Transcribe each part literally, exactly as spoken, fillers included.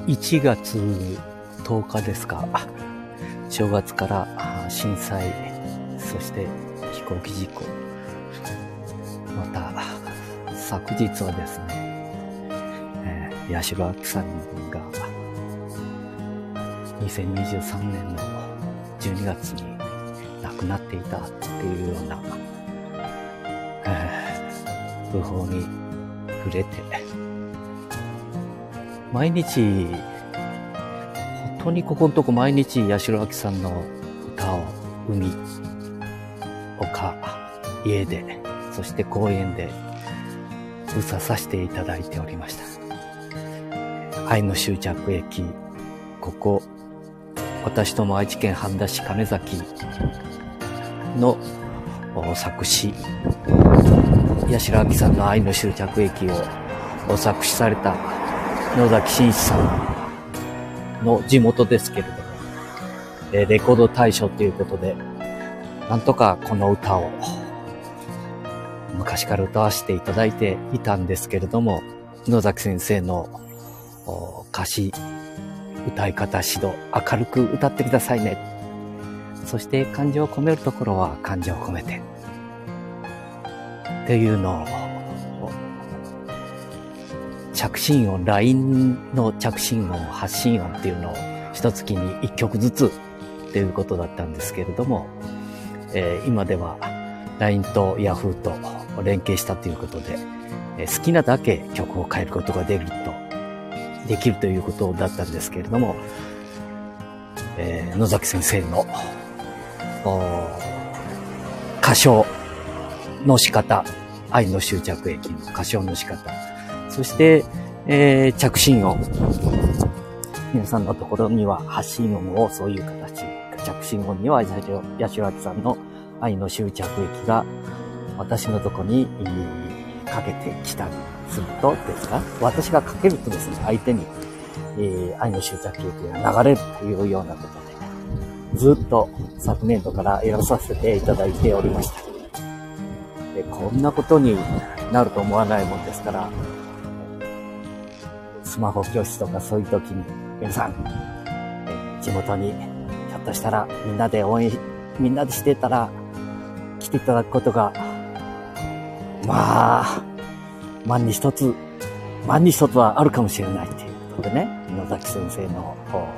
いちがつとおかですか。正月から震災、そして飛行機事故、また昨日はですね、えー、八代亜紀さんがにせんにじゅうさんねんのじゅうにがつに亡くなっていたっていうような、えー、訃報に触れて、毎日本当にここのとこ毎日八代亜紀さんの歌を海、丘、家で、そして公園で歌させていただいておりました。愛の終着駅、ここ私ども愛知県半田市亀崎の作詞、八代亜紀さんの愛の終着駅を作詞された野崎真一さんの地元ですけれども、レコード大賞ということで、なんとかこの歌を昔から歌わせていただいていたんですけれども、野崎先生の歌詞、歌い方指導、明るく歌ってくださいね。そして感情を込めるところは感情を込めて。っていうのを、着信音、ライン の着信音、発信音っていうのを一月に一曲ずつっていうことだったんですけれども、えー、今では ライン と ヤフー と連携したということで、えー、好きなだけ曲を変えることができると、できるということだったんですけれども、えー、野崎先生の歌唱の仕方、愛の終着駅の歌唱の仕方、そして、えー、着信音、皆さんのところには発信音をそういう形、着信音には八代亜紀さんの愛の終着駅が私のところにかけてきたりするとですか、私がかけるとですね、相手に、えー、愛の終着駅が流れるというようなことで、ずっと昨年度からやらさせていただいておりました。で、こんなことになると思わないもんですから、スマホ教室とかそういう時に皆さん、えー、地元にひょっとしたらみんなで応援、みんなでしてたら来ていただくことが、まあ、万に一つ、万に一つはあるかもしれないということでね、野崎先生の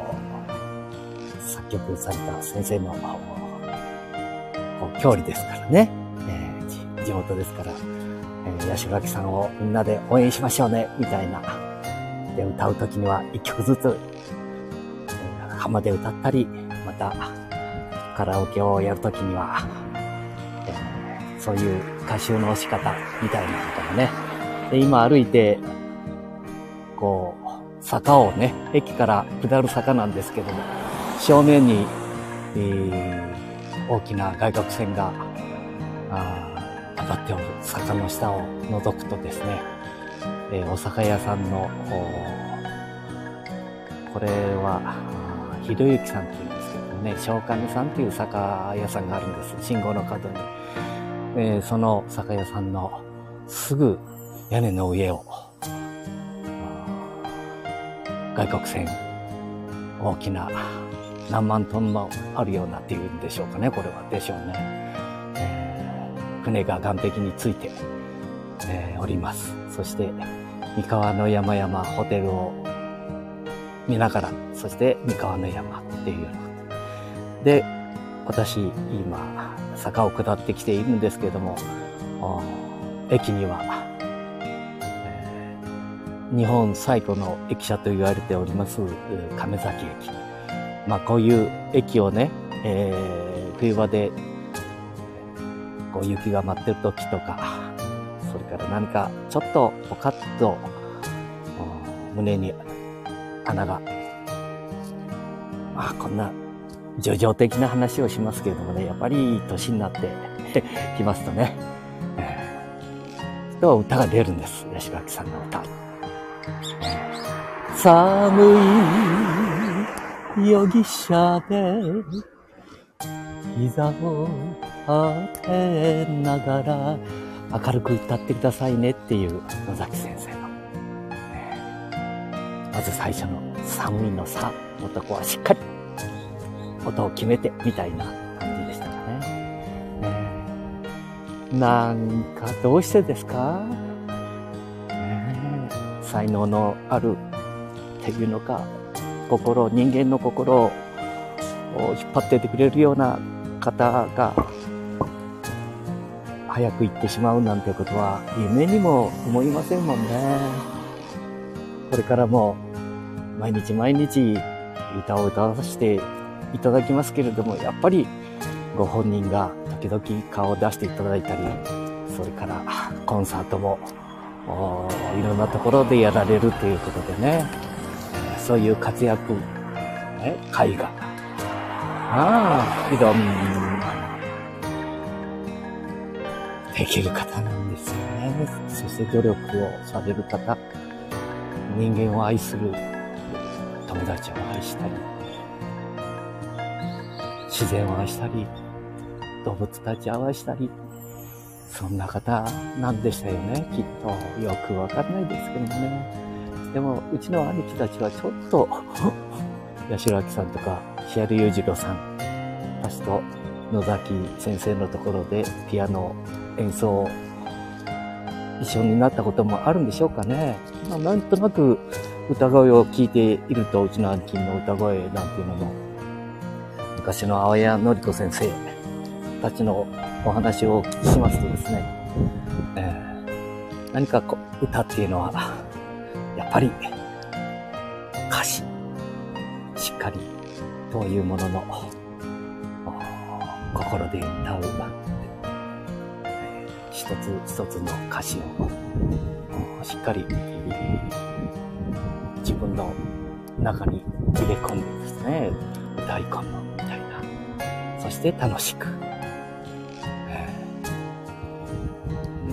作曲された先生の郷里ですからね、えー、地元ですから、えー、八代亜紀さんをみんなで応援しましょうね、みたいな。で、歌うときには一曲ずつ、えー、浜で歌ったり、またカラオケをやるときには、えー、そういう歌集の仕方みたいなこともね。で、今歩いて、こう、坂をね、駅から下る坂なんですけども、正面に、えー、大きな外国船が、当たっておる坂の下を覗くとですね、えー、お酒屋さんの、これは、ひろゆきさんっていうんですけどね、正金さんっていう酒屋さんがあるんです。信号の角に。えー、その酒屋さんのすぐ屋根の上を、外国船、大きな何万トンのあるようなっていうんでしょうかね、これはでしょうね。えー、船が岸壁について、えー、おります。そして、三河の山々ホテルを見ながら、そして三河の山っていうような。で、私、今、坂を下ってきているんですけれども、駅には、えー、日本最古の駅舎と言われております、亀崎駅。まあ、こういう駅をね、えー、冬場で、こう雪が舞ってる時とか、それから何かちょっとポカッと胸に穴が、まあこんな叙情的な話をしますけれどもね、やっぱり年になってきますとね、えー、と歌が出るんです。八代亜紀さんの歌。寒い夜汽車で膝を立てながら明るく歌ってくださいねっていう野崎先生の、えー、まず最初の寒いのさのとこはしっかり音を決めてみたいな感じでしたかね。えー、なんかどうしてですか、えー、才能のあるっていうのか、心、人間の心を引っ張っててくれるような方が早く行ってしまうなんてことは夢にも思いませんもんね。これからも毎日毎日歌を歌わせていただきますけれども、やっぱりご本人が時々顔を出していただいたり、それからコンサートもいろんなところでやられるということでね、そういう活躍、ね、絵画、ああ、いろんなできる方なんですよね。そして努力をされる方、人間を愛する友達を愛したり、自然を愛したり、動物たちを愛したり、そんな方なんでしたよね、きっと。よくわかんないですけどね。でも、うちの兄貴たちはちょっと、八代亜紀さんとか、シアル裕次郎さんたちと野崎先生のところでピアノ演奏を一緒になったこともあるんでしょうかね。まあ、なんとなく歌声を聞いていると、うちの兄貴の歌声なんていうのも、昔の青谷のり子先生たちのお話をお聞きしますとですね、えー、何かこう歌っていうのはやっぱり歌詞しっかりというものの心で歌う一つ一つの歌詞をしっかり自分の中に入れ込んでですね、歌い込むみたいな、そして楽しく、うん、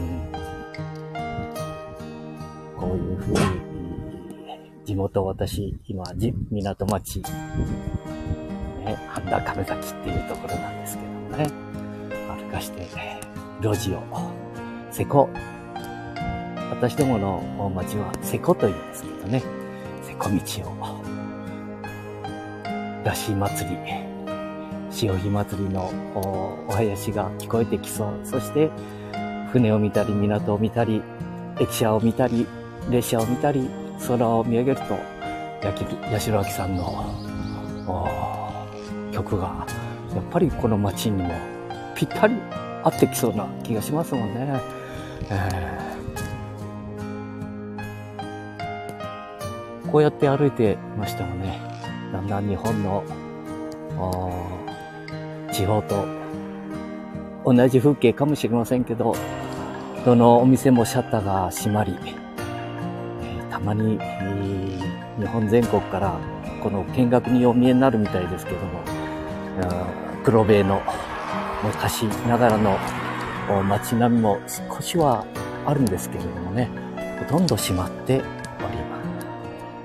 こういうふうに地元、私今港町、ね、半田亀崎っていうところなんですけどね、歩かして、ね、路地を瀬古、私どもの町は瀬古というんですけどね、瀬古道を山車祭り、潮干祭りの お, お囃子が聞こえてきそう。そして船を見たり港を見たり駅舎を見たり列車を見たり空を見上げると八代亜紀さんの曲がやっぱりこの街にもぴったり合ってきそうな気がしますもんね。えー、こうやって歩いてましたもんね。だんだん日本の地方と同じ風景かもしれませんけど、どのお店もシャッターが閉まり、えー、たまに、えー、日本全国からこの見学にお見えになるみたいですけども、黒部の昔ながらの街並みも少しはあるんですけれどもね、ほとんど閉まっております。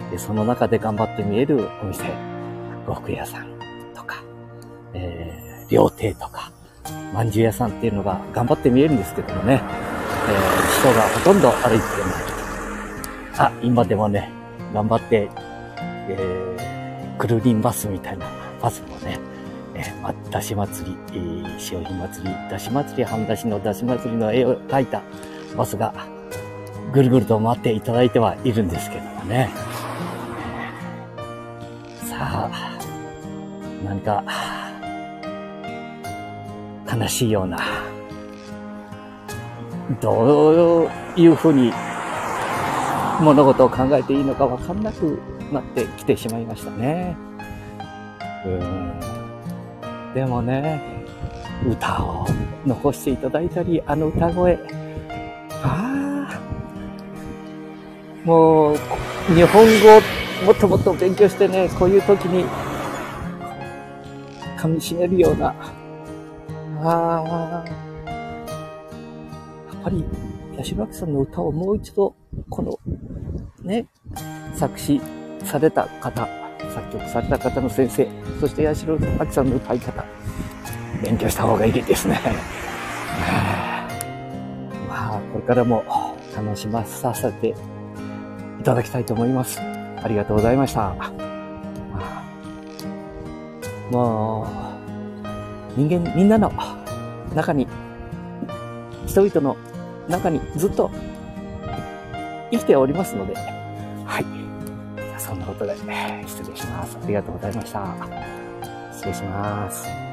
で、その中で頑張って見えるお店、呉服屋さんとか、えー、料亭とか、まんじゅう屋さんっていうのが頑張って見えるんですけどもね、えー、人がほとんど歩いてない。あ、今でもね、頑張って、えー、クルリンバスみたいなバスもね、えー、だし祭り、えー、潮干祭り、だし祭り、半田市のだし祭りの絵を描いたバスがぐるぐると回っていただいてはいるんですけどもね。えー、さあ、何か悲しいような、どういうふうに物事を考えていいのか分かんなくなってきてしまいましたね。うーん、でもね、歌を残していただいたり、あの歌声、ああ、もう日本語をもっともっと勉強してね、こういう時に噛み締めるような、ああ、やっぱり八代亜紀さんの歌をもう一度このね、作詞された方、作曲された方の先生、そして八代亜紀さんの歌い方、勉強した方がいいですね。まあこれからも楽しまさせていただきたいと思います。 ありがとうございました。もう、人間、みんなの中に、人々の中にずっと生きておりますので、はい。じゃあそんなことで、失礼します。ありがとうございました。失礼します。